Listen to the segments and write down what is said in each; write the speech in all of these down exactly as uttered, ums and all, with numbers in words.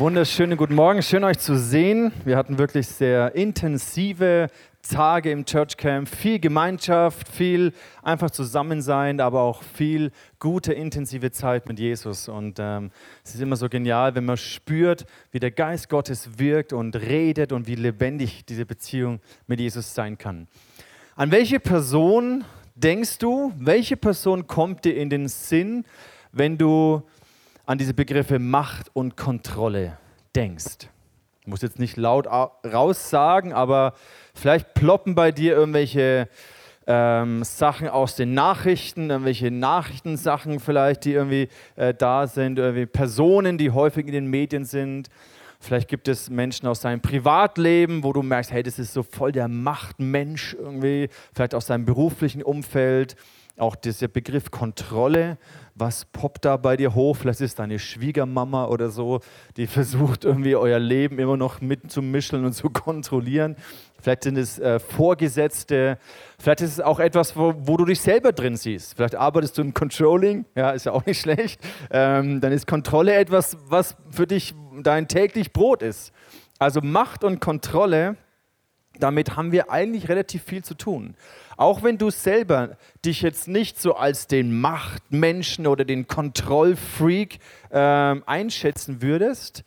Wunderschönen guten Morgen, schön euch zu sehen. Wir hatten wirklich sehr intensive Tage im Church Camp, viel Gemeinschaft, viel einfach Zusammensein, aber auch viel gute, intensive Zeit mit Jesus. Und ähm, es ist immer so genial, wenn man spürt, wie der Geist Gottes wirkt und redet und wie lebendig diese Beziehung mit Jesus sein kann. An welche Person denkst du, welche Person kommt dir in den Sinn, wenn du an diese Begriffe Macht und Kontrolle denkst? Ich muss jetzt nicht laut raus sagen, aber vielleicht ploppen bei dir irgendwelche ähm, Sachen aus den Nachrichten, irgendwelche Nachrichtensachen vielleicht, die irgendwie äh, da sind, irgendwie Personen, die häufig in den Medien sind. Vielleicht gibt es Menschen aus deinem Privatleben, wo du merkst, hey, das ist so voll der Machtmensch irgendwie, vielleicht aus deinem beruflichen Umfeld. Auch dieser Begriff Kontrolle, was poppt da bei dir hoch? Vielleicht ist deine Schwiegermama oder so, die versucht irgendwie euer Leben immer noch mitzumischen und zu kontrollieren. Vielleicht sind es äh, Vorgesetzte, vielleicht ist es auch etwas, wo, wo du dich selber drin siehst. Vielleicht arbeitest du im Controlling, ja, ist ja auch nicht schlecht. Ähm, dann ist Kontrolle etwas, was für dich dein täglich Brot ist. Also Macht und Kontrolle, damit haben wir eigentlich relativ viel zu tun. Auch wenn du selber dich jetzt nicht so als den Machtmenschen oder den Kontrollfreak äh, einschätzen würdest,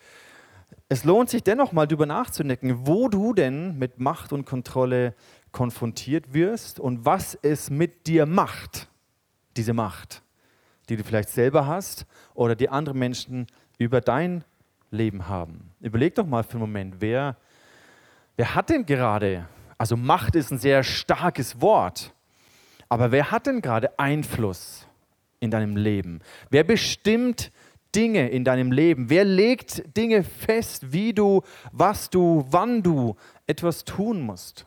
es lohnt sich dennoch mal drüber nachzudenken, wo du denn mit Macht und Kontrolle konfrontiert wirst und was es mit dir macht, diese Macht, die du vielleicht selber hast oder die andere Menschen über dein Leben haben. Überleg doch mal für einen Moment, wer, wer hat denn gerade, also Macht ist ein sehr starkes Wort, aber wer hat denn gerade Einfluss in deinem Leben? Wer bestimmt Dinge in deinem Leben? Wer legt Dinge fest, wie du, was du, wann du etwas tun musst?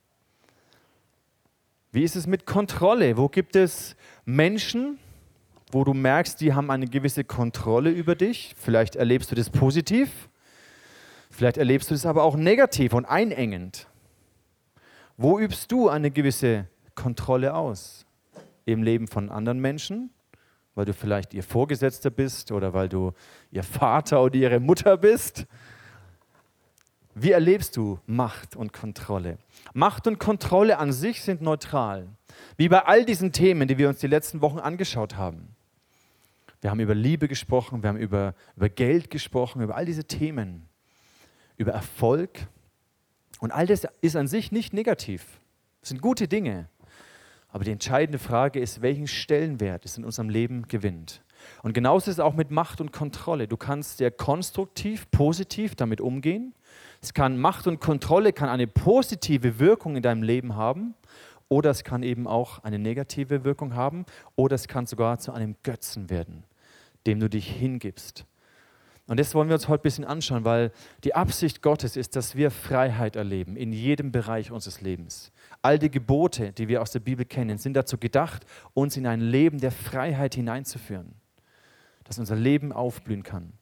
Wie ist es mit Kontrolle? Wo gibt es Menschen, wo du merkst, die haben eine gewisse Kontrolle über dich? Vielleicht erlebst du das positiv, vielleicht erlebst du das aber auch negativ und einengend. Wo übst du eine gewisse Kontrolle aus? Im Leben von anderen Menschen, weil du vielleicht ihr Vorgesetzter bist oder weil du ihr Vater oder ihre Mutter bist? Wie erlebst du Macht und Kontrolle? Macht und Kontrolle an sich sind neutral. Wie bei all diesen Themen, die wir uns die letzten Wochen angeschaut haben. Wir haben über Liebe gesprochen, wir haben über, über Geld gesprochen, über all diese Themen, über Erfolg. Und all das ist an sich nicht negativ. Das sind gute Dinge. Aber die entscheidende Frage ist, welchen Stellenwert es in unserem Leben gewinnt. Und genauso ist es auch mit Macht und Kontrolle. Du kannst sehr konstruktiv, positiv damit umgehen. Es kann Macht und Kontrolle kann eine positive Wirkung in deinem Leben haben oder es kann eben auch eine negative Wirkung haben oder es kann sogar zu einem Götzen werden, dem du dich hingibst. Und das wollen wir uns heute ein bisschen anschauen, weil die Absicht Gottes ist, dass wir Freiheit erleben in jedem Bereich unseres Lebens. All die Gebote, die wir aus der Bibel kennen, sind dazu gedacht, uns in ein Leben der Freiheit hineinzuführen, dass unser Leben aufblühen kann.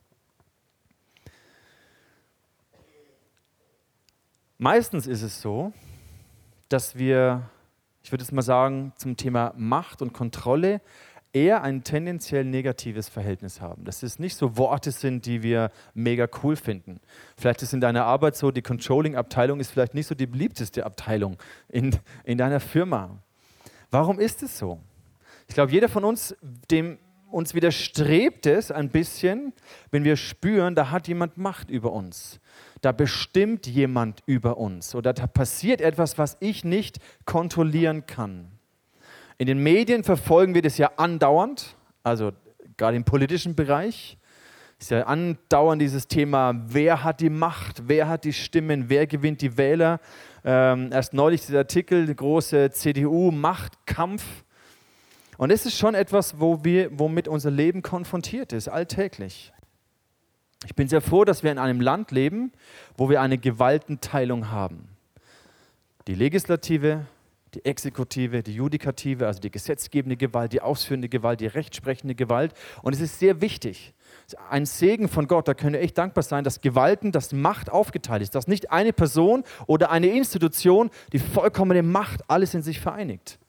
Meistens ist es so, dass wir, ich würde jetzt mal sagen, zum Thema Macht und Kontrolle eher ein tendenziell negatives Verhältnis haben. Dass es nicht so Worte sind, die wir mega cool finden. Vielleicht ist in deiner Arbeit so, die Controlling-Abteilung ist vielleicht nicht so die beliebteste Abteilung in, in deiner Firma. Warum ist es so? Ich glaube, jeder von uns, dem uns widerstrebt es ein bisschen, wenn wir spüren, da hat jemand Macht über uns. Da bestimmt jemand über uns oder da passiert etwas, was ich nicht kontrollieren kann. In den Medien verfolgen wir das ja andauernd, also gerade im politischen Bereich. Ist ja andauernd dieses Thema, wer hat die Macht, wer hat die Stimmen, wer gewinnt die Wähler. Ähm, erst neulich dieser Artikel, der große C D U-Machtkampf. Und es ist schon etwas, wo wir, womit unser Leben konfrontiert ist, alltäglich. Ich bin sehr froh, dass wir in einem Land leben, wo wir eine Gewaltenteilung haben. Die Legislative, die Exekutive, die Judikative, also die gesetzgebende Gewalt, die ausführende Gewalt, die rechtsprechende Gewalt. Und es ist sehr wichtig, ein Segen von Gott, da können wir echt dankbar sein, dass Gewalten, dass Macht aufgeteilt ist, dass nicht eine Person oder eine Institution die vollkommene Macht alles in sich vereinigt.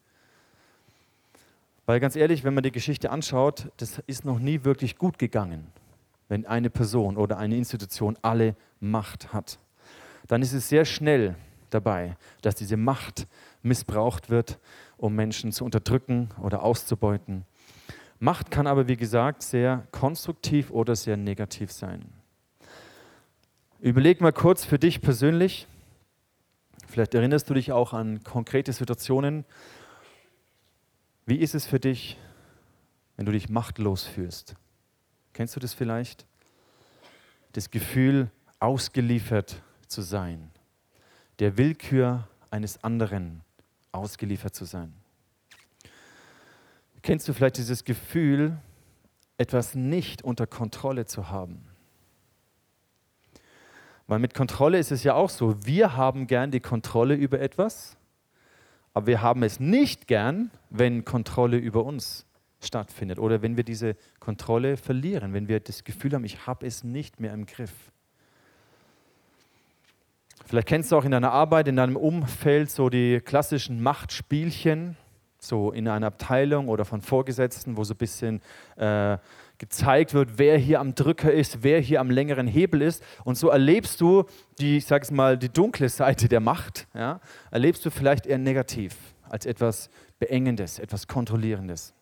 Weil ganz ehrlich, wenn man die Geschichte anschaut, das ist noch nie wirklich gut gegangen. wenn eine Person oder eine Institution alle Macht hat, dann ist es sehr schnell dabei, dass diese Macht missbraucht wird, um Menschen zu unterdrücken oder auszubeuten. Macht kann aber, wie gesagt, sehr konstruktiv oder sehr negativ sein. Überleg mal kurz für dich persönlich, vielleicht erinnerst du dich auch an konkrete Situationen. Wie ist es für dich, wenn du dich machtlos fühlst? Kennst du das vielleicht? Das Gefühl, ausgeliefert zu sein, der Willkür eines anderen ausgeliefert zu sein. Kennst du vielleicht dieses Gefühl, etwas nicht unter Kontrolle zu haben? Weil mit Kontrolle ist es ja auch so, wir haben gern die Kontrolle über etwas, aber wir haben es nicht gern, wenn Kontrolle über uns stattfindet oder wenn wir diese Kontrolle verlieren, wenn wir das Gefühl haben, ich habe es nicht mehr im Griff. Vielleicht kennst du auch in deiner Arbeit, in deinem Umfeld so die klassischen Machtspielchen, so in einer Abteilung oder von Vorgesetzten, wo so ein bisschen äh, gezeigt wird, wer hier am Drücker ist, wer hier am längeren Hebel ist. Und so erlebst du die, ich sage es mal, die dunkle Seite der Macht, ja, erlebst du vielleicht eher negativ, als etwas Beengendes, etwas Kontrollierendes.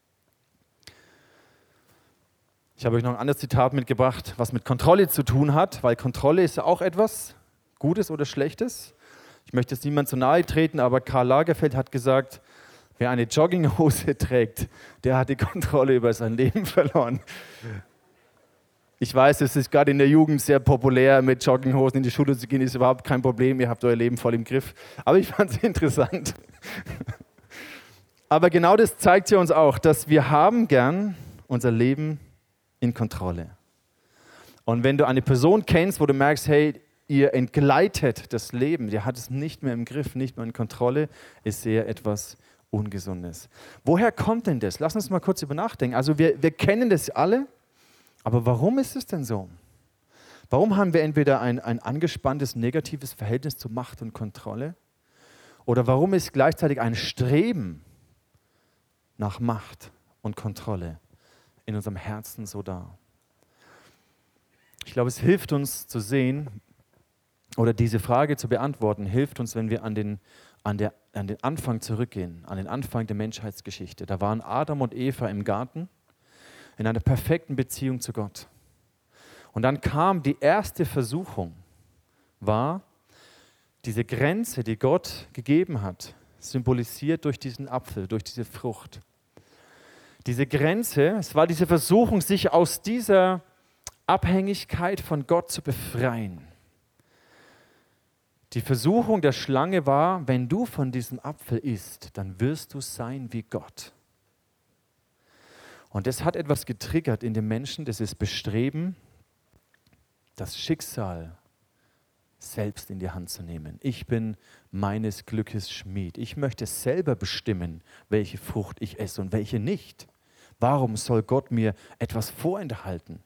Ich habe euch noch ein anderes Zitat mitgebracht, was mit Kontrolle zu tun hat, weil Kontrolle ist ja auch etwas Gutes oder Schlechtes. Ich möchte jetzt niemand zu nahe treten, aber Karl Lagerfeld hat gesagt, wer eine Jogginghose trägt, der hat die Kontrolle über sein Leben verloren. Ich weiß, es ist gerade in der Jugend sehr populär, mit Jogginghosen in die Schule zu gehen, ist überhaupt kein Problem, ihr habt euer Leben voll im Griff. Aber ich fand es interessant. Aber genau das zeigt ja uns auch, dass wir haben gern unser Leben in Kontrolle. Und wenn du eine Person kennst, wo du merkst, hey, ihr entgleitet das Leben, ihr hat es nicht mehr im Griff, nicht mehr in Kontrolle, ist sehr etwas Ungesundes. Woher kommt denn das? Lass uns mal kurz über nachdenken. Also wir, wir kennen das alle, aber warum ist es denn so? Warum haben wir entweder ein, ein angespanntes, negatives Verhältnis zu Macht und Kontrolle? Oder warum ist gleichzeitig ein Streben nach Macht und Kontrolle in unserem Herzen so da? Ich glaube, es hilft uns zu sehen, oder diese Frage zu beantworten, hilft uns, wenn wir an den, an, der, an den Anfang zurückgehen, an den Anfang der Menschheitsgeschichte. Da waren Adam und Eva im Garten in einer perfekten Beziehung zu Gott. Und dann kam die erste Versuchung, war diese Grenze, die Gott gegeben hat, symbolisiert durch diesen Apfel, durch diese Frucht. Diese Grenze, es war diese Versuchung, sich aus dieser Abhängigkeit von Gott zu befreien. Die Versuchung der Schlange war, wenn du von diesem Apfel isst, dann wirst du sein wie Gott. Und das hat etwas getriggert in den Menschen, das ist Bestreben, das Schicksal selbst in die Hand zu nehmen. Ich bin meines Glückes Schmied. Ich möchte selber bestimmen, welche Frucht ich esse und welche nicht. Warum soll Gott mir etwas vorenthalten?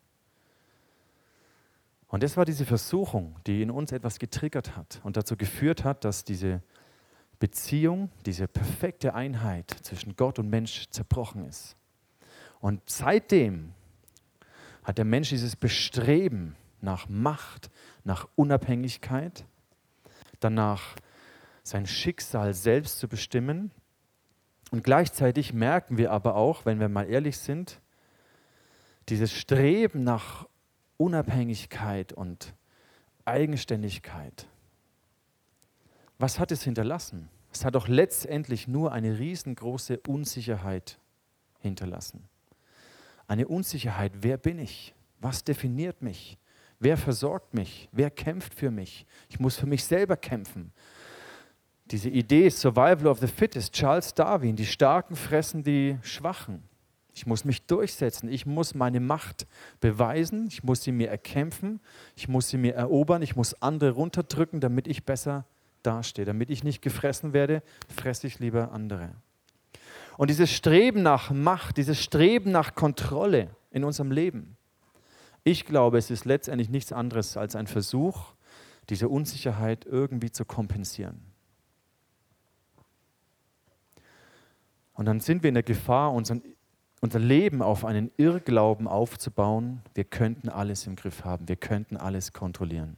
Und das war diese Versuchung, die in uns etwas getriggert hat und dazu geführt hat, dass diese Beziehung, diese perfekte Einheit zwischen Gott und Mensch zerbrochen ist. Und seitdem hat der Mensch dieses Bestreben nach Macht, nach Unabhängigkeit, danach sein Schicksal selbst zu bestimmen. Und gleichzeitig merken wir aber auch, wenn wir mal ehrlich sind, dieses Streben nach Unabhängigkeit und Eigenständigkeit. Was hat es hinterlassen? Es hat doch letztendlich nur eine riesengroße Unsicherheit hinterlassen. Eine Unsicherheit, wer bin ich? Was definiert mich? Wer versorgt mich? Wer kämpft für mich? Ich muss für mich selber kämpfen. Diese Idee Survival of the Fittest, Charles Darwin, die Starken fressen die Schwachen. Ich muss mich durchsetzen, ich muss meine Macht beweisen, ich muss sie mir erkämpfen, ich muss sie mir erobern, ich muss andere runterdrücken, damit ich besser dastehe. Damit ich nicht gefressen werde, fresse ich lieber andere. Und dieses Streben nach Macht, dieses Streben nach Kontrolle in unserem Leben, ich glaube, es ist letztendlich nichts anderes als ein Versuch, diese Unsicherheit irgendwie zu kompensieren. Und dann sind wir in der Gefahr, unseren unser Leben auf einen Irrglauben aufzubauen, wir könnten alles im Griff haben, wir könnten alles kontrollieren.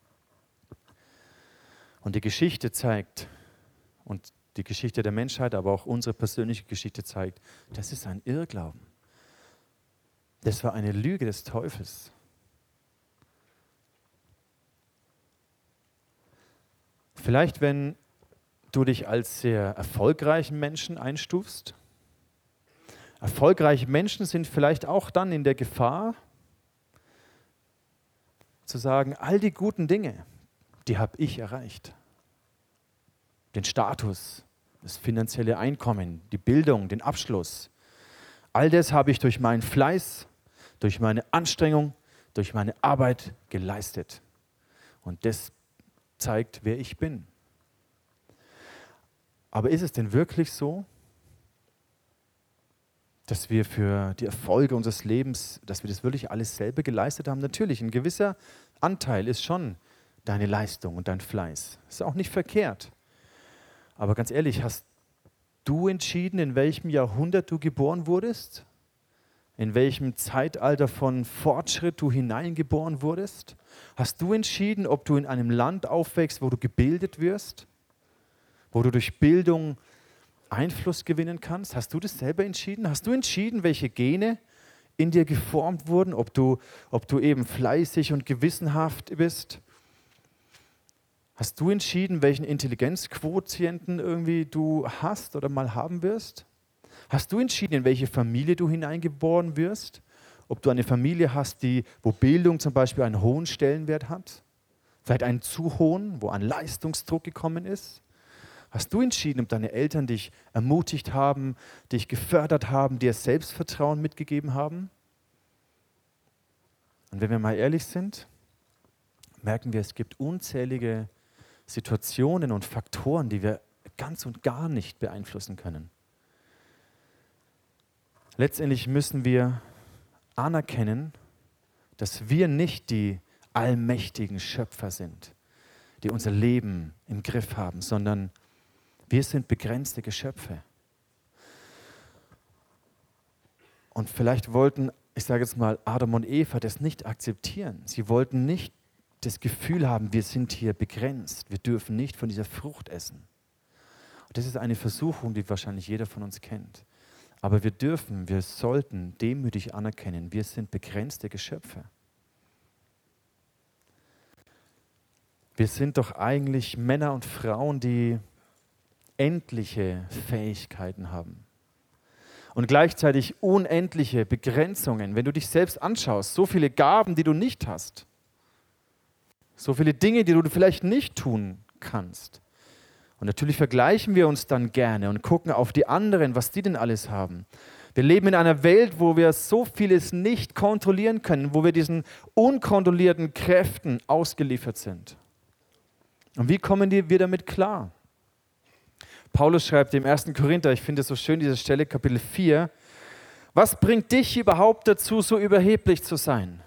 Und die Geschichte zeigt, und die Geschichte der Menschheit, aber auch unsere persönliche Geschichte zeigt, das ist ein Irrglauben. Das war eine Lüge des Teufels. Vielleicht, wenn du dich als sehr erfolgreichen Menschen einstufst. Erfolgreiche Menschen sind vielleicht auch dann in der Gefahr, zu sagen, all die guten Dinge, die habe ich erreicht. Den Status, das finanzielle Einkommen, die Bildung, den Abschluss. All das habe ich durch meinen Fleiß, durch meine Anstrengung, durch meine Arbeit geleistet. Und das zeigt, wer ich bin. Aber ist es denn wirklich so, dass wir für die Erfolge unseres Lebens, dass wir das wirklich alles selber geleistet haben? Natürlich, ein gewisser Anteil ist schon deine Leistung und dein Fleiß. Ist auch nicht verkehrt. Aber ganz ehrlich, hast du entschieden, in welchem Jahrhundert du geboren wurdest? In welchem Zeitalter von Fortschritt du hineingeboren wurdest? Hast du entschieden, ob du in einem Land aufwächst, wo du gebildet wirst? Wo du durch Bildung Einfluss gewinnen kannst? Hast du das selber entschieden? Hast du entschieden, welche Gene in dir geformt wurden? Ob du, ob du eben fleißig und gewissenhaft bist? Hast du entschieden, welchen Intelligenzquotienten irgendwie du hast oder mal haben wirst? Hast du entschieden, in welche Familie du hineingeboren wirst? Ob du eine Familie hast, die, wo Bildung zum Beispiel einen hohen Stellenwert hat? Vielleicht einen zu hohen, wo ein Leistungsdruck gekommen ist? Hast du entschieden, ob deine Eltern dich ermutigt haben, dich gefördert haben, dir Selbstvertrauen mitgegeben haben? Und wenn wir mal ehrlich sind, merken wir, es gibt unzählige Situationen und Faktoren, die wir ganz und gar nicht beeinflussen können. Letztendlich müssen wir anerkennen, dass wir nicht die allmächtigen Schöpfer sind, die unser Leben im Griff haben, sondern wir sind begrenzte Geschöpfe. Und vielleicht wollten, ich sage jetzt mal, Adam und Eva das nicht akzeptieren. Sie wollten nicht das Gefühl haben, wir sind hier begrenzt, wir dürfen nicht von dieser Frucht essen. Und das ist eine Versuchung, die wahrscheinlich jeder von uns kennt. Aber wir dürfen, wir sollten demütig anerkennen, wir sind begrenzte Geschöpfe. Wir sind doch eigentlich Männer und Frauen, die endliche Fähigkeiten haben. Und gleichzeitig unendliche Begrenzungen. Wenn du dich selbst anschaust, so viele Gaben, die du nicht hast. So viele Dinge, die du vielleicht nicht tun kannst. Und natürlich vergleichen wir uns dann gerne und gucken auf die anderen, was die denn alles haben. Wir leben in einer Welt, wo wir so vieles nicht kontrollieren können, wo wir diesen unkontrollierten Kräften ausgeliefert sind. Und wie kommen wir damit klar? Paulus schreibt im ersten Korinther, ich finde es so schön, diese Stelle, Kapitel vier, was bringt dich überhaupt dazu, so überheblich zu sein?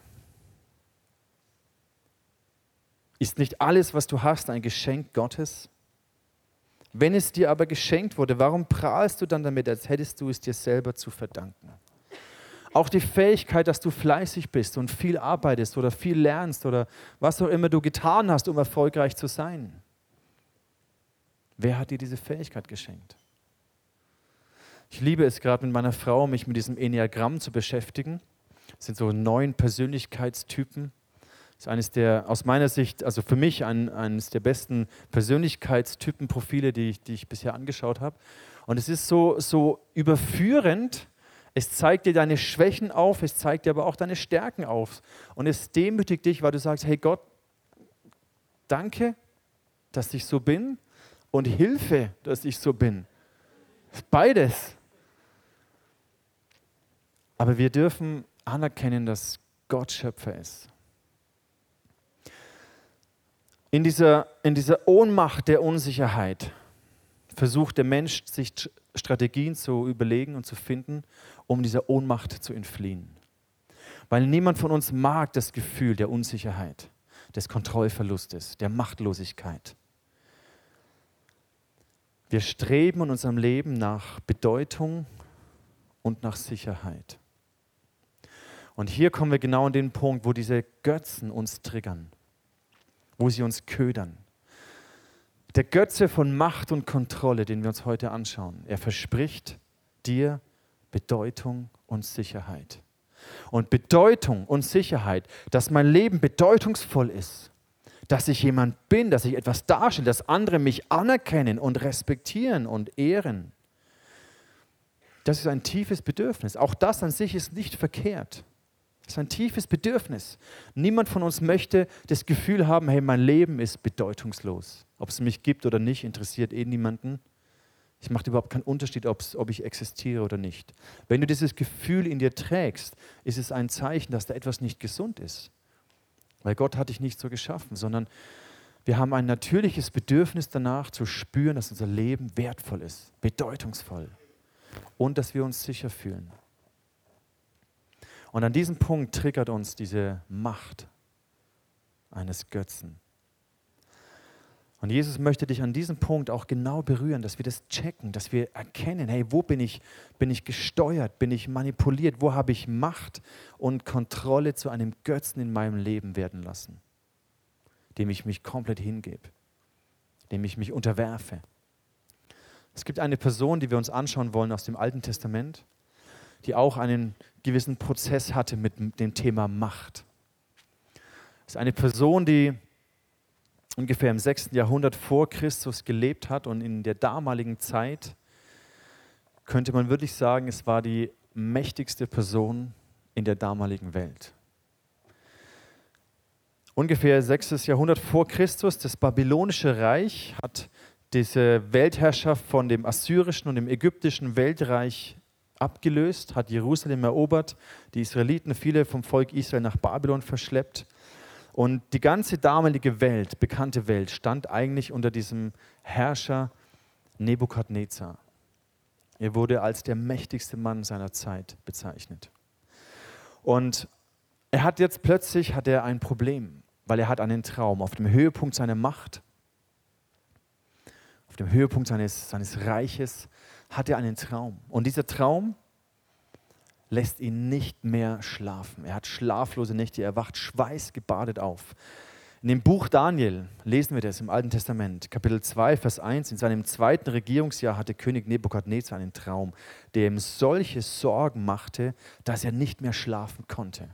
Ist nicht alles, was du hast, ein Geschenk Gottes? Wenn es dir aber geschenkt wurde, warum prahlst du dann damit, als hättest du es dir selber zu verdanken? Auch die Fähigkeit, dass du fleißig bist und viel arbeitest oder viel lernst oder was auch immer du getan hast, um erfolgreich zu sein. Wer hat dir diese Fähigkeit geschenkt? Ich liebe es gerade mit meiner Frau, mich mit diesem Enneagramm zu beschäftigen. Das sind so neun Persönlichkeitstypen. Das ist eines der, aus meiner Sicht, also für mich ein, eines der besten Persönlichkeitstypenprofile, die ich, die ich bisher angeschaut habe. Und es ist so, so überführend. Es zeigt dir deine Schwächen auf, es zeigt dir aber auch deine Stärken auf. Und es demütigt dich, weil du sagst, hey Gott, danke, dass ich so bin und Hilfe, dass ich so bin. Beides. Aber wir dürfen anerkennen, dass Gott Schöpfer ist. In dieser, in dieser Ohnmacht der Unsicherheit versucht der Mensch, sich Strategien zu überlegen und zu finden, um dieser Ohnmacht zu entfliehen. Weil niemand von uns mag das Gefühl der Unsicherheit, des Kontrollverlustes, der Machtlosigkeit. Wir streben in unserem Leben nach Bedeutung und nach Sicherheit. Und hier kommen wir genau an den Punkt, wo diese Götzen uns triggern, wo sie uns ködern. Der Götze von Macht und Kontrolle, den wir uns heute anschauen, er verspricht dir Bedeutung und Sicherheit. Und Bedeutung und Sicherheit, dass mein Leben bedeutungsvoll ist, dass ich jemand bin, dass ich etwas darstelle, dass andere mich anerkennen und respektieren und ehren. Das ist ein tiefes Bedürfnis. Auch das an sich ist nicht verkehrt. Das ist ein tiefes Bedürfnis. Niemand von uns möchte das Gefühl haben, hey, mein Leben ist bedeutungslos. Ob es mich gibt oder nicht, interessiert eh niemanden. Es macht überhaupt keinen Unterschied, ob ich existiere oder nicht. Wenn du dieses Gefühl in dir trägst, ist es ein Zeichen, dass da etwas nicht gesund ist. Weil Gott hat dich nicht so geschaffen, sondern wir haben ein natürliches Bedürfnis danach zu spüren, dass unser Leben wertvoll ist, bedeutungsvoll und dass wir uns sicher fühlen. Und an diesem Punkt triggert uns diese Macht eines Götzen. Und Jesus möchte dich an diesem Punkt auch genau berühren, dass wir das checken, dass wir erkennen, hey, wo bin ich, bin ich gesteuert, bin ich manipuliert, wo habe ich Macht und Kontrolle zu einem Götzen in meinem Leben werden lassen, dem ich mich komplett hingebe, dem ich mich unterwerfe. Es gibt eine Person, die wir uns anschauen wollen aus dem Alten Testament, die auch einen gewissen Prozess hatte mit dem Thema Macht. Das ist eine Person, die ungefähr im sechsten Jahrhundert vor Christus gelebt hat und in der damaligen Zeit könnte man wirklich sagen, es war die mächtigste Person in der damaligen Welt. Ungefähr sechstes Jahrhundert vor Christus, das babylonische Reich hat diese Weltherrschaft von dem assyrischen und dem ägyptischen Weltreich abgelöst, hat Jerusalem erobert, die Israeliten, viele vom Volk Israel nach Babylon verschleppt. Und die ganze damalige Welt, bekannte Welt, stand eigentlich unter diesem Herrscher Nebukadnezar. Er wurde als der mächtigste Mann seiner Zeit bezeichnet. Und er hat jetzt plötzlich hat er ein Problem, weil er hat einen Traum. Auf dem Höhepunkt seiner Macht, auf dem Höhepunkt seines, seines Reiches, hat er einen Traum. Und dieser Traum lässt ihn nicht mehr schlafen. Er hat schlaflose Nächte, er wacht schweißgebadet auf. In dem Buch Daniel lesen wir das im Alten Testament, Kapitel zwei, Vers eins. In seinem zweiten Regierungsjahr hatte König Nebukadnezar einen Traum, der ihm solche Sorgen machte, dass er nicht mehr schlafen konnte.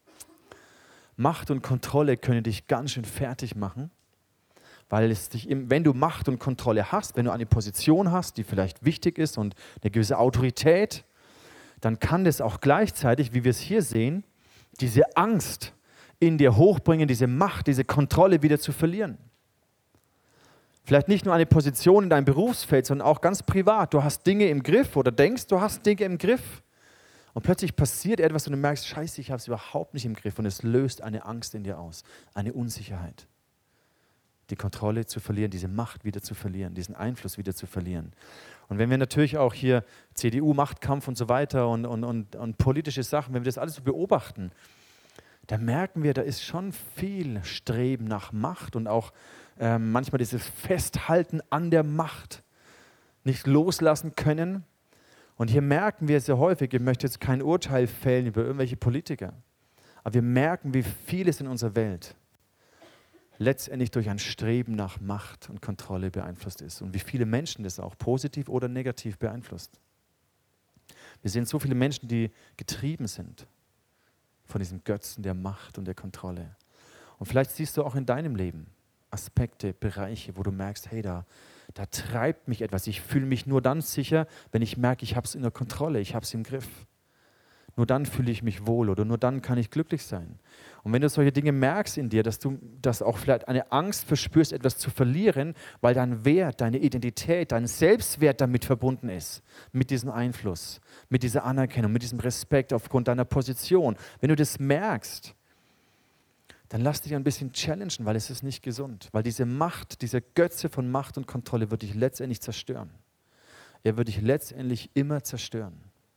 Macht und Kontrolle können dich ganz schön fertig machen, weil es dich, wenn du Macht und Kontrolle hast, wenn du eine Position hast, die vielleicht wichtig ist und eine gewisse Autorität, dann kann das auch gleichzeitig, wie wir es hier sehen, diese Angst in dir hochbringen, diese Macht, diese Kontrolle wieder zu verlieren. Vielleicht nicht nur eine Position in deinem Berufsfeld, sondern auch ganz privat. Du hast Dinge im Griff oder denkst, du hast Dinge im Griff und plötzlich passiert etwas und du merkst, scheiße, ich habe es überhaupt nicht im Griff und es löst eine Angst in dir aus, eine Unsicherheit. Die Kontrolle zu verlieren, diese Macht wieder zu verlieren, diesen Einfluss wieder zu verlieren. Und wenn wir natürlich auch hier C D U-Machtkampf und so weiter und, und, und, und politische Sachen, wenn wir das alles so beobachten, dann merken wir, da ist schon viel Streben nach Macht und auch äh, manchmal dieses Festhalten an der Macht, nicht loslassen können. Und hier merken wir sehr häufig, ich möchte jetzt kein Urteil fällen über irgendwelche Politiker, aber wir merken, wie vieles in unserer Welt letztendlich durch ein Streben nach Macht und Kontrolle beeinflusst ist und wie viele Menschen das auch positiv oder negativ beeinflusst. Wir sehen so viele Menschen, die getrieben sind von diesem Götzen der Macht und der Kontrolle. Und vielleicht siehst du auch in deinem Leben Aspekte, Bereiche, wo du merkst, hey, da, da treibt mich etwas. Ich fühle mich nur dann sicher, wenn ich merke, ich habe es in der Kontrolle, ich habe es im Griff. Nur dann fühle ich mich wohl oder nur dann kann ich glücklich sein. Und wenn du solche Dinge merkst in dir, dass du dass auch vielleicht eine Angst verspürst, etwas zu verlieren, weil dein Wert, deine Identität, dein Selbstwert damit verbunden ist, mit diesem Einfluss, mit dieser Anerkennung, mit diesem Respekt aufgrund deiner Position. Wenn du das merkst, dann lass dich ein bisschen challengen, weil es ist nicht gesund. Weil diese Macht, diese Götze von Macht und Kontrolle wird dich letztendlich zerstören. Er wird dich letztendlich immer zerstören.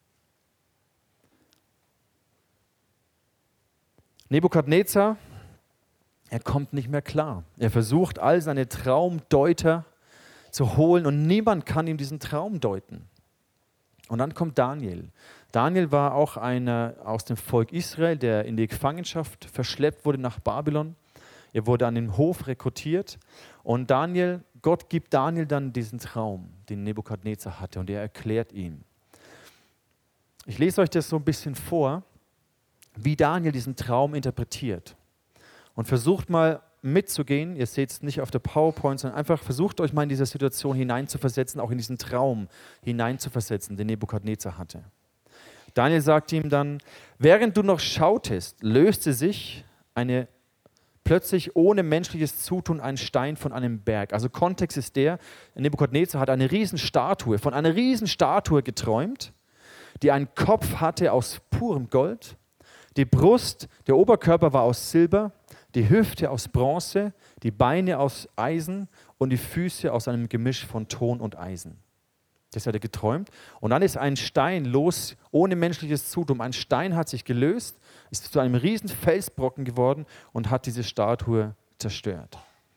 Nebukadnezar, er kommt nicht mehr klar. Er versucht, all seine Traumdeuter zu holen und niemand kann ihm diesen Traum deuten. Und dann kommt Daniel. Daniel war auch einer aus dem Volk Israel, der in die Gefangenschaft verschleppt wurde nach Babylon. Er wurde an den Hof rekrutiert und Daniel, Gott gibt Daniel dann diesen Traum, den Nebukadnezar hatte, und er erklärt ihm. Ich lese euch das so ein bisschen vor, wie Daniel diesen Traum interpretiert. Und versucht mal mitzugehen, ihr seht es nicht auf der PowerPoint, sondern einfach versucht euch mal in diese Situation hineinzuversetzen, auch in diesen Traum hineinzuversetzen, den Nebukadnezar hatte. Daniel sagt ihm dann, während du noch schautest, löste sich eine plötzlich ohne menschliches Zutun ein Stein von einem Berg. Also Kontext ist der, Nebukadnezar hat eine Riesenstatue, von einer Riesenstatue geträumt, die einen Kopf hatte aus purem Gold, die Brust, der Oberkörper war aus Silber, die Hüfte aus Bronze, die Beine aus Eisen und die Füße aus einem Gemisch von Ton und Eisen. Das hat er geträumt. Und dann ist ein Stein los, ohne menschliches Zutun. Ein Stein hat sich gelöst, ist zu einem riesen Felsbrocken geworden und hat diese Statue zerstört.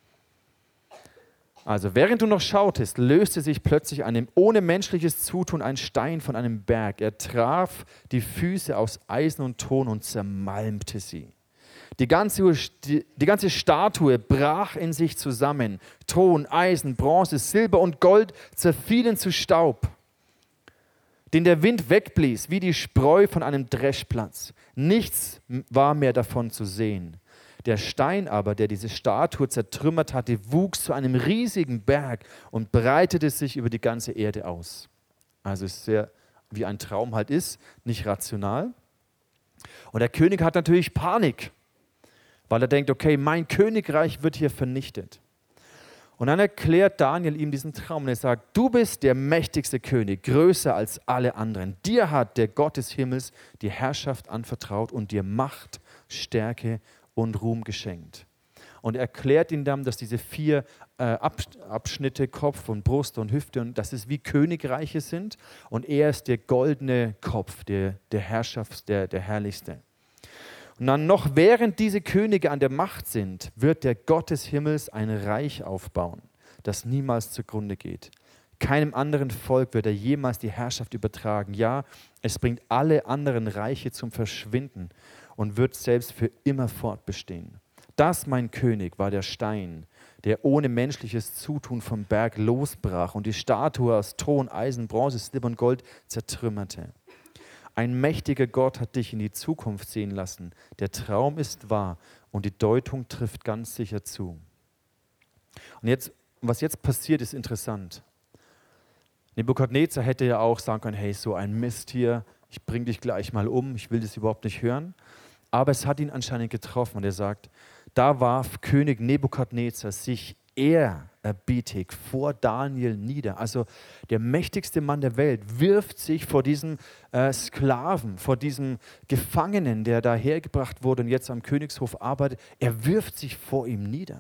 Also während du noch schautest, löste sich plötzlich einem ohne menschliches Zutun ein Stein von einem Berg. Er traf die Füße aus Eisen und Ton und zermalmte sie. Die ganze, die, die ganze Statue brach in sich zusammen. Ton, Eisen, Bronze, Silber und Gold zerfielen zu Staub, den der Wind wegblies, wie die Spreu von einem Dreschplatz. Nichts war mehr davon zu sehen. Der Stein aber, der diese Statue zertrümmert hatte, wuchs zu einem riesigen Berg und breitete sich über die ganze Erde aus. Also es ist sehr, wie ein Traum halt ist, nicht rational. Und der König hat natürlich Panik, weil er denkt, okay, mein Königreich wird hier vernichtet. Und dann erklärt Daniel ihm diesen Traum und er sagt, du bist der mächtigste König, größer als alle anderen. Dir hat der Gott des Himmels die Herrschaft anvertraut und dir Macht, Stärke und Ruhm geschenkt. Und er erklärt ihm dann, dass diese vier äh, Abschnitte, Kopf und Brust und Hüfte, und dass es wie Königreiche sind. Und er ist der goldene Kopf, der, der Herrschafts-, der, der Herrlichste. Und dann noch während diese Könige an der Macht sind, wird der Gott des Himmels ein Reich aufbauen, das niemals zugrunde geht. Keinem anderen Volk wird er jemals die Herrschaft übertragen. Ja, es bringt alle anderen Reiche zum Verschwinden und wird selbst für immer fortbestehen. Das, mein König, war der Stein, der ohne menschliches Zutun vom Berg losbrach und die Statue aus Ton, Eisen, Bronze, Silber und Gold zertrümmerte. Ein mächtiger Gott hat dich in die Zukunft sehen lassen. Der Traum ist wahr und die Deutung trifft ganz sicher zu. Und jetzt, was jetzt passiert, ist interessant. Nebukadnezar hätte ja auch sagen können, hey, so ein Mist hier, ich bringe dich gleich mal um, ich will das überhaupt nicht hören. Aber es hat ihn anscheinend getroffen und er sagt, da warf König Nebukadnezar sich ehrerbietig vor Daniel nieder. Also der mächtigste Mann der Welt wirft sich vor diesem äh, Sklaven, vor diesem Gefangenen, der da hergebracht wurde und jetzt am Königshof arbeitet. Er wirft sich vor ihm nieder.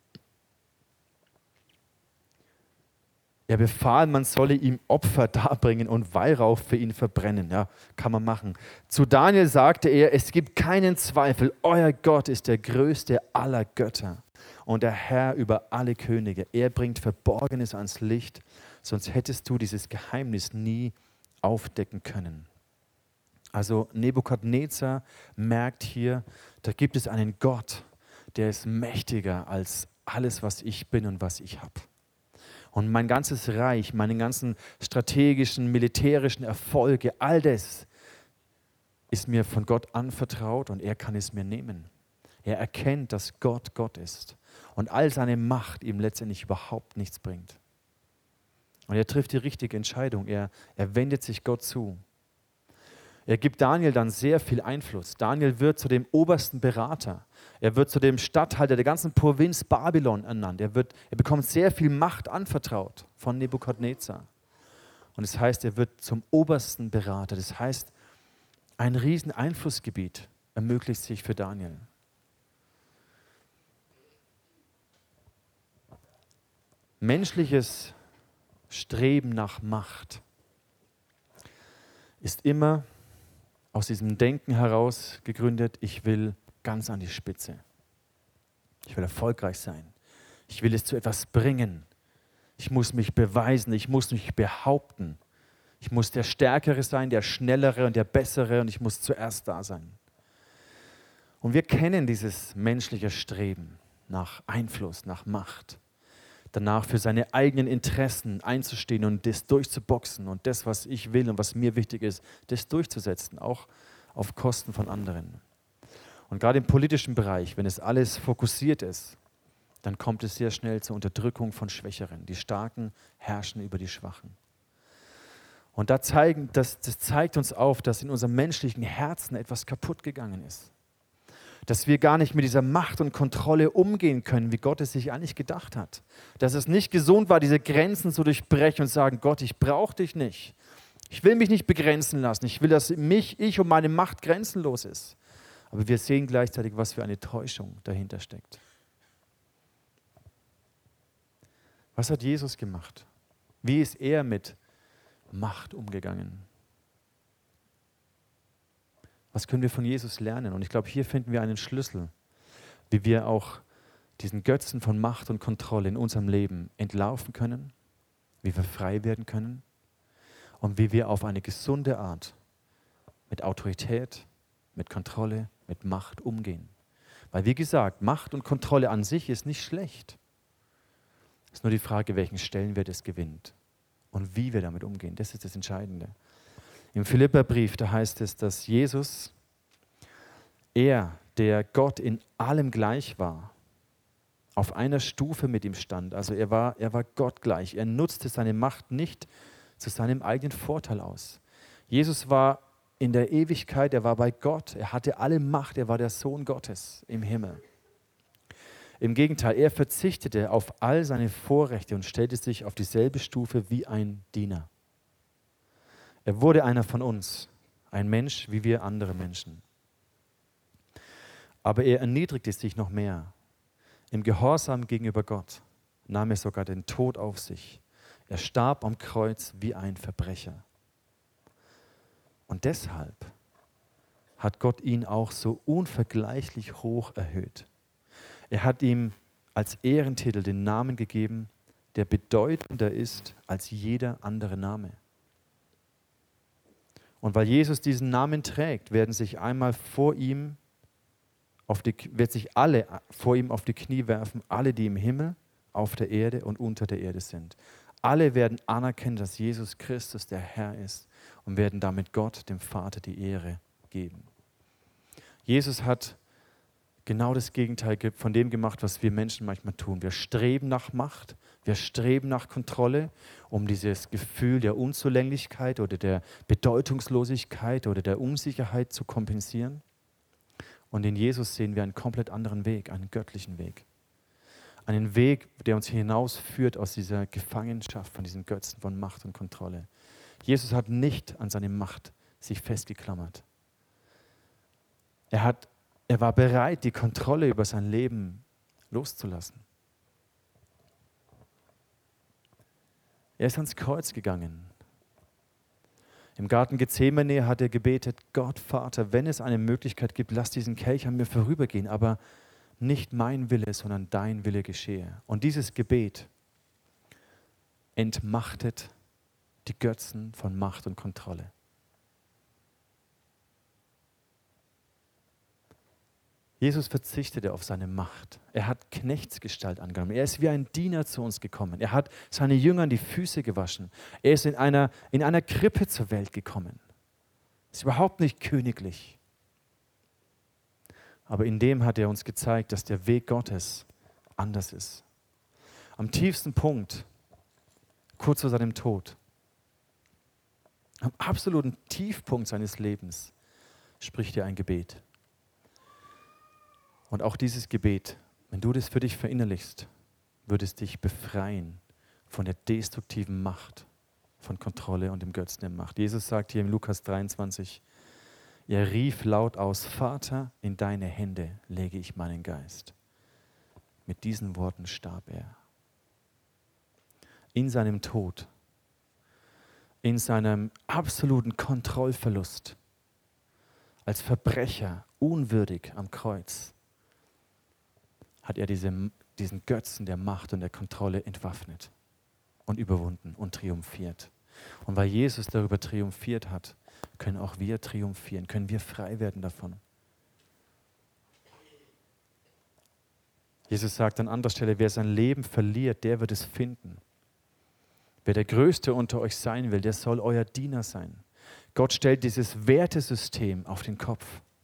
Er befahl, man solle ihm Opfer darbringen und Weihrauch für ihn verbrennen. Ja, kann man machen. Zu Daniel sagte er, es gibt keinen Zweifel, euer Gott ist der größte aller Götter und der Herr über alle Könige. Er bringt Verborgenes ans Licht, sonst hättest du dieses Geheimnis nie aufdecken können. Also Nebukadnezar merkt hier, da gibt es einen Gott, der ist mächtiger als alles, was ich bin und was ich habe. Und mein ganzes Reich, meine ganzen strategischen, militärischen Erfolge, all das ist mir von Gott anvertraut und er kann es mir nehmen. Er erkennt, dass Gott Gott ist und all seine Macht ihm letztendlich überhaupt nichts bringt. Und er trifft die richtige Entscheidung. Er, er wendet sich Gott zu. Er gibt Daniel dann sehr viel Einfluss. Daniel wird zu dem obersten Berater. Er wird zu dem Statthalter der ganzen Provinz Babylon ernannt. Er, wird, er bekommt sehr viel Macht anvertraut von Nebukadnezar. Und das heißt, er wird zum obersten Berater. Das heißt, ein riesen Einflussgebiet ermöglicht sich für Daniel. Menschliches Streben nach Macht ist immer aus diesem Denken heraus gegründet, ich will ganz an die Spitze. Ich will erfolgreich sein. Ich will es zu etwas bringen. Ich muss mich beweisen, ich muss mich behaupten. Ich muss der Stärkere sein, der Schnellere und der Bessere und ich muss zuerst da sein. Und wir kennen dieses menschliche Streben nach Einfluss, nach Macht. Danach für seine eigenen Interessen einzustehen und das durchzuboxen und das, was ich will und was mir wichtig ist, das durchzusetzen, auch auf Kosten von anderen. Und gerade im politischen Bereich, wenn es alles fokussiert ist, dann kommt es sehr schnell zur Unterdrückung von Schwächeren. Die Starken herrschen über die Schwachen. Und da zeigen, das, das zeigt uns auf, dass in unserem menschlichen Herzen etwas kaputt gegangen ist. Dass wir gar nicht mit dieser Macht und Kontrolle umgehen können, wie Gott es sich eigentlich gedacht hat. Dass es nicht gesund war, diese Grenzen zu durchbrechen und sagen, Gott, ich brauche dich nicht. Ich will mich nicht begrenzen lassen. Ich will, dass mich, ich und meine Macht grenzenlos ist. Aber wir sehen gleichzeitig, was für eine Täuschung dahinter steckt. Was hat Jesus gemacht? Wie ist er mit Macht umgegangen? Was können wir von Jesus lernen? Und ich glaube, hier finden wir einen Schlüssel, wie wir auch diesen Götzen von Macht und Kontrolle in unserem Leben entlaufen können, wie wir frei werden können und wie wir auf eine gesunde Art mit Autorität, mit Kontrolle, mit Macht umgehen. Weil wie gesagt, Macht und Kontrolle an sich ist nicht schlecht. Es ist nur die Frage, welchen Stellenwert es gewinnt und wie wir damit umgehen. Das ist das Entscheidende. Im Philipperbrief, da heißt es, dass Jesus, er, der Gott in allem gleich war, auf einer Stufe mit ihm stand. Also er war, er war Gott gleich. Er nutzte seine Macht nicht zu seinem eigenen Vorteil aus. Jesus war in der Ewigkeit, er war bei Gott, er hatte alle Macht, er war der Sohn Gottes im Himmel. Im Gegenteil, er verzichtete auf all seine Vorrechte und stellte sich auf dieselbe Stufe wie ein Diener. Er wurde einer von uns, ein Mensch wie wir andere Menschen. Aber er erniedrigte sich noch mehr. Im Gehorsam gegenüber Gott nahm er sogar den Tod auf sich. Er starb am Kreuz wie ein Verbrecher. Und deshalb hat Gott ihn auch so unvergleichlich hoch erhöht. Er hat ihm als Ehrentitel den Namen gegeben, der bedeutender ist als jeder andere Name. Und weil Jesus diesen Namen trägt, werden sich einmal vor ihm auf die, wird sich alle vor ihm auf die Knie werfen, alle, die im Himmel, auf der Erde und unter der Erde sind. Alle werden anerkennen, dass Jesus Christus der Herr ist und werden damit Gott, dem Vater, die Ehre geben. Jesus hat genau das Gegenteil von dem gemacht, was wir Menschen manchmal tun. Wir streben nach Macht, wir streben nach Kontrolle, um dieses Gefühl der Unzulänglichkeit oder der Bedeutungslosigkeit oder der Unsicherheit zu kompensieren. Und in Jesus sehen wir einen komplett anderen Weg, einen göttlichen Weg. Einen Weg, der uns hinausführt aus dieser Gefangenschaft von diesen Götzen von Macht und Kontrolle. Jesus hat nicht an seine Macht sich festgeklammert. Er hat Er war bereit, die Kontrolle über sein Leben loszulassen. Er ist ans Kreuz gegangen. Im Garten Gethsemane hat er gebetet, Gott, Vater, wenn es eine Möglichkeit gibt, lass diesen Kelch an mir vorübergehen, aber nicht mein Wille, sondern dein Wille geschehe. Und dieses Gebet entmachtet die Götzen von Macht und Kontrolle. Jesus verzichtete auf seine Macht. Er hat Knechtsgestalt angenommen. Er ist wie ein Diener zu uns gekommen. Er hat seine Jüngern die Füße gewaschen. Er ist in einer, in einer Krippe zur Welt gekommen. Ist überhaupt nicht königlich. Aber in dem hat er uns gezeigt, dass der Weg Gottes anders ist. Am tiefsten Punkt, kurz vor seinem Tod, am absoluten Tiefpunkt seines Lebens, spricht er ein Gebet. Und auch dieses Gebet, wenn du das für dich verinnerlichst, wird es dich befreien von der destruktiven Macht, von Kontrolle und dem Götzen der Macht. Jesus sagt hier im Lukas dreiundzwanzig, er rief laut aus, Vater, in deine Hände lege ich meinen Geist. Mit diesen Worten starb er. In seinem Tod, in seinem absoluten Kontrollverlust, als Verbrecher, unwürdig am Kreuz, hat er diese, diesen Götzen der Macht und der Kontrolle entwaffnet und überwunden und triumphiert. Und weil Jesus darüber triumphiert hat, können auch wir triumphieren, können wir frei werden davon. Jesus sagt an anderer Stelle, wer sein Leben verliert, der wird es finden. Wer der Größte unter euch sein will, der soll euer Diener sein. Gott stellt dieses Wertesystem auf den Kopf.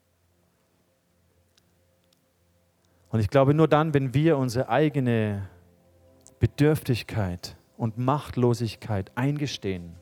Und ich glaube, nur dann, wenn wir unsere eigene Bedürftigkeit und Machtlosigkeit eingestehen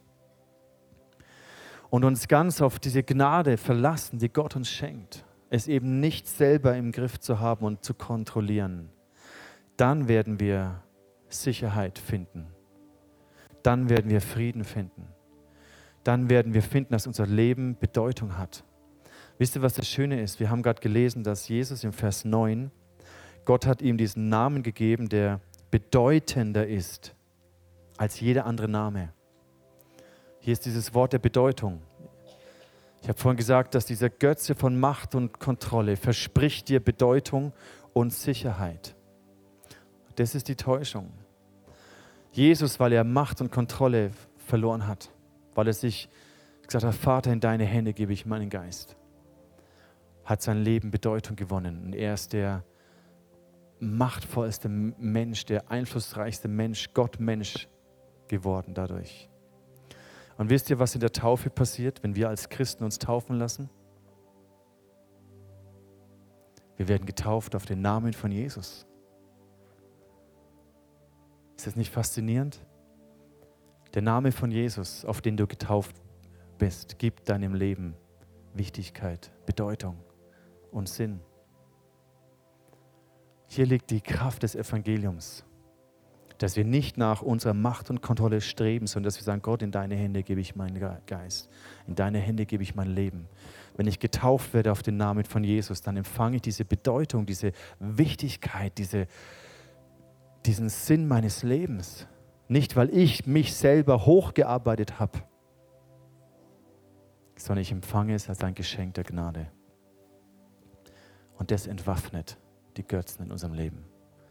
und uns ganz auf diese Gnade verlassen, die Gott uns schenkt, es eben nicht selber im Griff zu haben und zu kontrollieren, dann werden wir Sicherheit finden. Dann werden wir Frieden finden. Dann werden wir finden, dass unser Leben Bedeutung hat. Wisst ihr, was das Schöne ist? Wir haben gerade gelesen, dass Jesus im Vers neun, Gott hat ihm diesen Namen gegeben, der bedeutender ist als jeder andere Name. Hier ist dieses Wort der Bedeutung. Ich habe vorhin gesagt, dass dieser Götze von Macht und Kontrolle verspricht dir Bedeutung und Sicherheit. Das ist die Täuschung. Jesus, weil er Macht und Kontrolle verloren hat, weil er sich gesagt hat, Vater, in deine Hände gebe ich meinen Geist, hat sein Leben Bedeutung gewonnen. Und er ist der machtvollste Mensch, der einflussreichste Mensch, Gott-Mensch geworden dadurch. Und wisst ihr, was in der Taufe passiert, wenn wir als Christen uns taufen lassen? Wir werden getauft auf den Namen von Jesus. Ist das nicht faszinierend? Der Name von Jesus, auf den du getauft bist, gibt deinem Leben Wichtigkeit, Bedeutung und Sinn. Hier liegt die Kraft des Evangeliums, dass wir nicht nach unserer Macht und Kontrolle streben, sondern dass wir sagen, Gott, in deine Hände gebe ich meinen Geist, in deine Hände gebe ich mein Leben. Wenn ich getauft werde auf den Namen von Jesus, dann empfange ich diese Bedeutung, diese Wichtigkeit, diese, diesen Sinn meines Lebens. Nicht, weil ich mich selber hochgearbeitet habe, sondern ich empfange es als ein Geschenk der Gnade. Und das entwaffnet die Götzen in unserem Leben.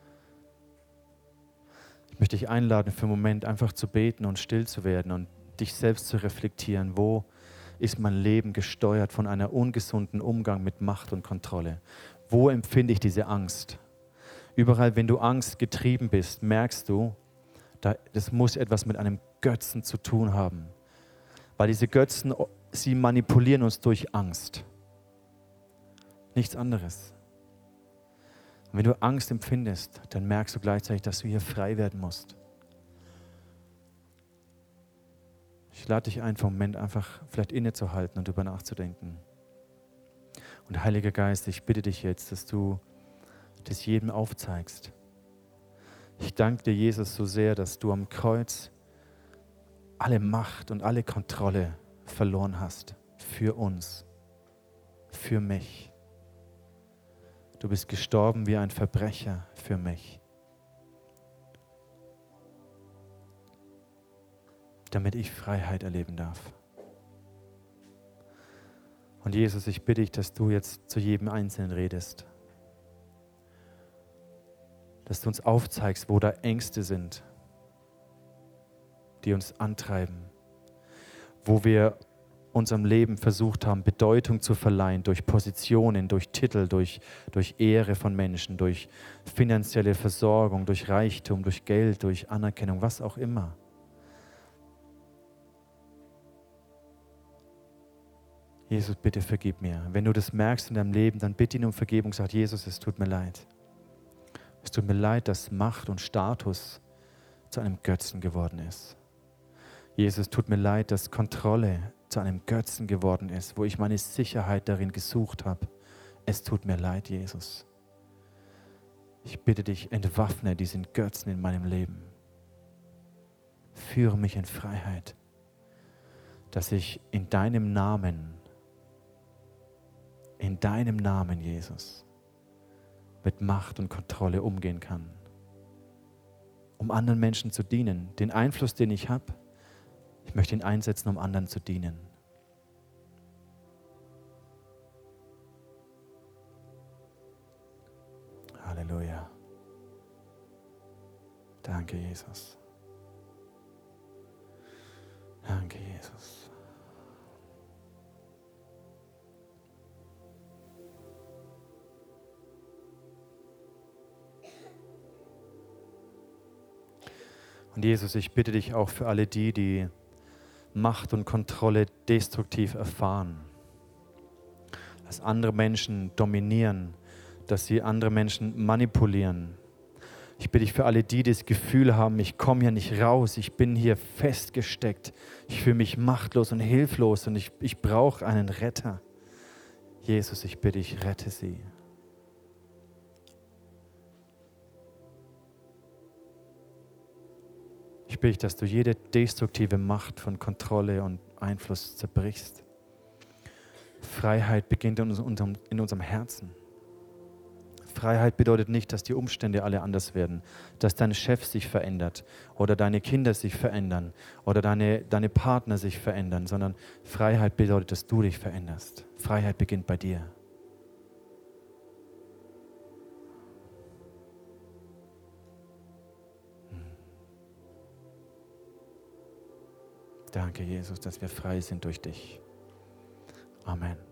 Ich möchte dich einladen, für einen Moment einfach zu beten und still zu werden und dich selbst zu reflektieren. Wo ist mein Leben gesteuert von einem ungesunden Umgang mit Macht und Kontrolle? Wo empfinde ich diese Angst? Überall, wenn du Angst getrieben bist, merkst du, das muss etwas mit einem Götzen zu tun haben. Weil diese Götzen, sie manipulieren uns durch Angst. Nichts anderes. Und wenn du Angst empfindest, dann merkst du gleichzeitig, dass du hier frei werden musst. Ich lade dich ein, für einen Moment einfach vielleicht innezuhalten und darüber nachzudenken. Und Heiliger Geist, ich bitte dich jetzt, dass du das jedem aufzeigst. Ich danke dir, Jesus, so sehr, dass du am Kreuz alle Macht und alle Kontrolle verloren hast. Für uns. Für mich. Du bist gestorben wie ein Verbrecher für mich. Damit ich Freiheit erleben darf. Und Jesus, ich bitte dich, dass du jetzt zu jedem Einzelnen redest. Dass du uns aufzeigst, wo da Ängste sind, die uns antreiben. Wo wir unserem Leben versucht haben, Bedeutung zu verleihen durch Positionen, durch Titel, durch, durch Ehre von Menschen, durch finanzielle Versorgung, durch Reichtum, durch Geld, durch Anerkennung, was auch immer. Jesus, bitte vergib mir. Wenn du das merkst in deinem Leben, dann bitte ihn um Vergebung. Sag, Jesus, es tut mir leid. Es tut mir leid, dass Macht und Status zu einem Götzen geworden ist. Jesus, es tut mir leid, dass Kontrolle zu einem Götzen geworden ist, wo ich meine Sicherheit darin gesucht habe. Es tut mir leid, Jesus. Ich bitte dich, entwaffne diesen Götzen in meinem Leben. Führe mich in Freiheit, dass ich in deinem Namen, in deinem Namen, Jesus, mit Macht und Kontrolle umgehen kann. Um anderen Menschen zu dienen. Den Einfluss, den ich habe, ich möchte ihn einsetzen, um anderen zu dienen. Halleluja. Danke, Jesus. Danke. Danke, Jesus. Und Jesus, ich bitte dich auch für alle die, die Macht und Kontrolle destruktiv erfahren, dass andere Menschen dominieren, dass sie andere Menschen manipulieren. Ich bitte dich für alle die, die das Gefühl haben, ich komme hier nicht raus, ich bin hier festgesteckt, ich fühle mich machtlos und hilflos und ich, ich brauche einen Retter. Jesus, ich bitte dich, rette sie. Ich bitte dich, dass du jede destruktive Macht von Kontrolle und Einfluss zerbrichst. Freiheit beginnt in unserem, in unserem Herzen. Freiheit bedeutet nicht, dass die Umstände alle anders werden, dass dein Chef sich verändert oder deine Kinder sich verändern oder deine, deine Partner sich verändern, sondern Freiheit bedeutet, dass du dich veränderst. Freiheit beginnt bei dir. Danke, Jesus, dass wir frei sind durch dich. Amen.